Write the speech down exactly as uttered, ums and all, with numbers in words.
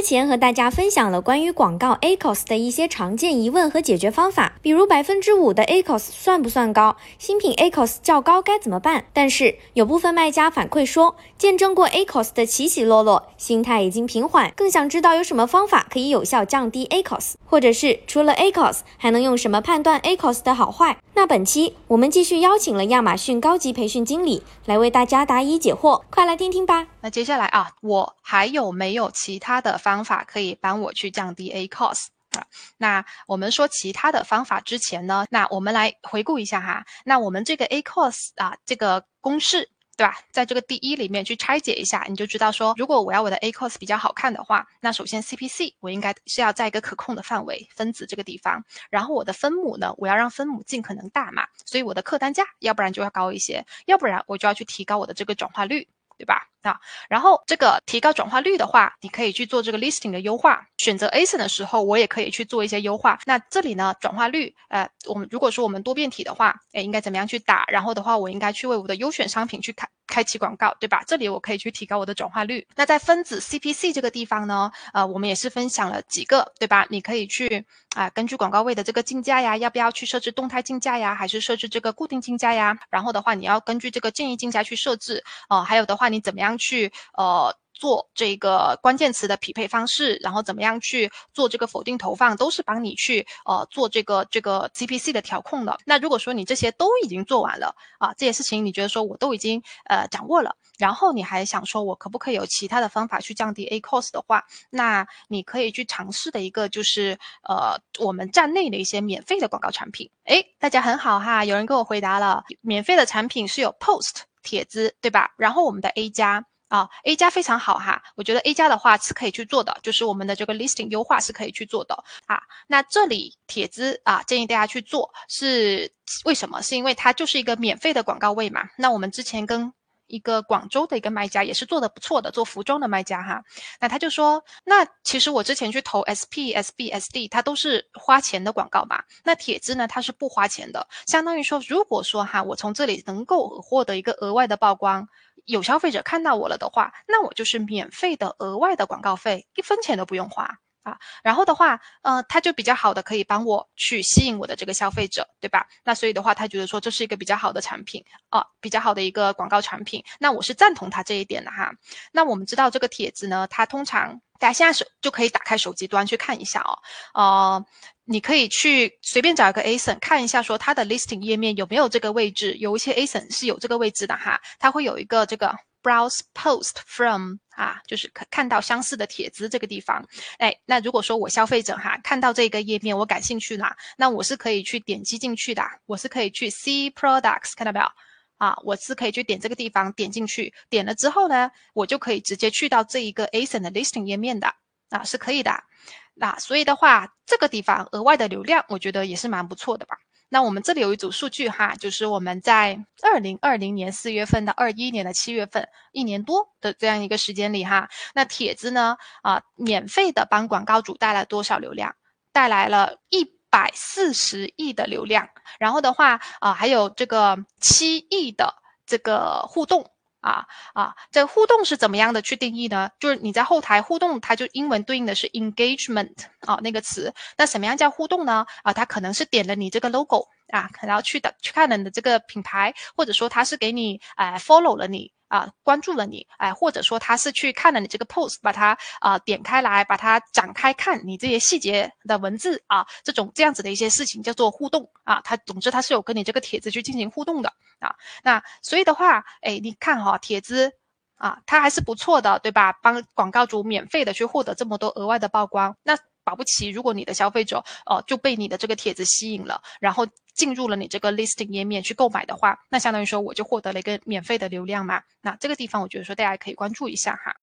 前和大家分享了关于广告 A C O S 的一些常见疑问和解决方法，比如百分之五的 A C O S 算不算高？新品 A C O S 较高该怎么办？但是有部分卖家反馈说，见证过 A C O S 的起起落落，心态已经平缓，更想知道有什么方法可以有效降低 A C O S， 或者是除了 A C O S 还能用什么判断 A C O S 的好坏？那本期我们继续邀请了亚马逊高级培训经理来为大家答疑解惑，快来听听吧。 那接下来啊，我还有没有其他的方法可以帮我去降低 A C O S？啊，那我们说其他的方法之前呢，那我们来回顾一下哈。那我们这个 A C O S 啊，这个公式，对吧？在这个第一里面去拆解一下，你就知道说，如果我要我的 A C O S 比较好看的话，那首先 C P C 我应该是要在一个可控的范围，分子这个地方。然后我的分母呢，我要让分母尽可能大嘛，所以我的客单价要不然就要高一些，要不然我就要去提高我的这个转化率。对吧？啊，然后这个提高转化率的话，你可以去做这个 listing 的优化。选择 A S I N 的时候，我也可以去做一些优化。那这里呢，转化率，呃，我们如果说我们多变体的话，哎，应该怎么样去打？然后的话，我应该去为我的优选商品去开开启广告，对吧？这里我可以去提高我的转化率。那在分子 C P C 这个地方呢，呃，我们也是分享了几个，对吧？你可以去啊、呃，根据广告位的这个竞价呀，要不要去设置动态竞价呀，还是设置这个固定竞价呀？然后的话，你要根据这个建议竞价去设置。呃，还有的话，你怎么样去呃做这个关键词的匹配方式，然后怎么样去做这个否定投放，都是帮你去呃做这个这个 C P C 的调控的。那如果说你这些都已经做完了啊，这些事情你觉得说我都已经呃掌握了，然后你还想说我可不可以有其他的方法去降低 A C O S 的话，那你可以去尝试的一个就是呃我们站内的一些免费的广告产品。诶，大家很好哈，有人给我回答了，免费的产品是有 Post 帖子，对吧？然后我们的 A 加啊 ，A 加非常好哈，我觉得 A 加的话是可以去做的，就是我们的这个 listing 优化是可以去做的啊。那这里帖子啊，建议大家去做，是为什么？是因为它就是一个免费的广告位嘛。那我们之前跟一个广州的一个卖家也是做的不错的，做服装的卖家哈。那他就说，那其实我之前去投 S P、S B、S D， 它都是花钱的广告嘛。那帖子呢，它是不花钱的，相当于说，如果说哈，我从这里能够获得一个额外的曝光，有消费者看到我了的话，那我就是免费的额外的广告费，一分钱都不用花。啊，然后的话，呃，它就比较好的可以帮我去吸引我的这个消费者，对吧？那所以的话，他觉得说这是一个比较好的产品啊、呃，比较好的一个广告产品。那我是赞同他这一点的哈。那我们知道这个帖子呢，它通常大家现在手就可以打开手机端去看一下哦，呃，你可以去随便找一个 A S I N 看一下，说它的 listing 页面有没有这个位置，有一些 A S I N 是有这个位置的哈，它会有一个这个。Browse post from 啊，就是看到相似的帖子这个地方，哎，那如果说我消费者哈看到这个页面我感兴趣啦，那我是可以去点击进去的，我是可以去 see products， 看到没有？啊，我是可以去点这个地方点进去，点了之后呢，我就可以直接去到这一个 A S I N 的 listing 页面的，啊，是可以的。那所以的话，这个地方额外的流量，我觉得也是蛮不错的吧。那我们这里有一组数据哈，就是我们在二零二零年四月份到二一年的七月份，一年多的这样一个时间里哈，那帖子呢啊、呃，免费的帮广告主带来多少流量？带来了一百四十亿的流量，然后的话啊、呃，还有这个七亿的这个互动。啊啊，这互动是怎么样的去定义呢？就是你在后台互动，它就英文对应的是 engagement 啊那个词。那什么样叫互动呢？啊，它可能是点了你这个 logo 啊，然后去的去看了你的这个品牌，或者说它是给你哎 follow 了你。啊，关注了你，哎，或者说他是去看了你这个 post， 把它啊、呃、点开来，把它展开看你这些细节的文字啊，这种这样子的一些事情叫做互动啊。它总之它是有跟你这个帖子去进行互动的啊。那所以的话，哎，你看哈、哦，帖子啊，它还是不错的，对吧？帮广告主免费的去获得这么多额外的曝光，那保不齐，如果你的消费者呃就被你的这个帖子吸引了，然后进入了你这个 listing 页面去购买的话，那相当于说我就获得了一个免费的流量嘛。那这个地方我觉得说大家可以关注一下哈。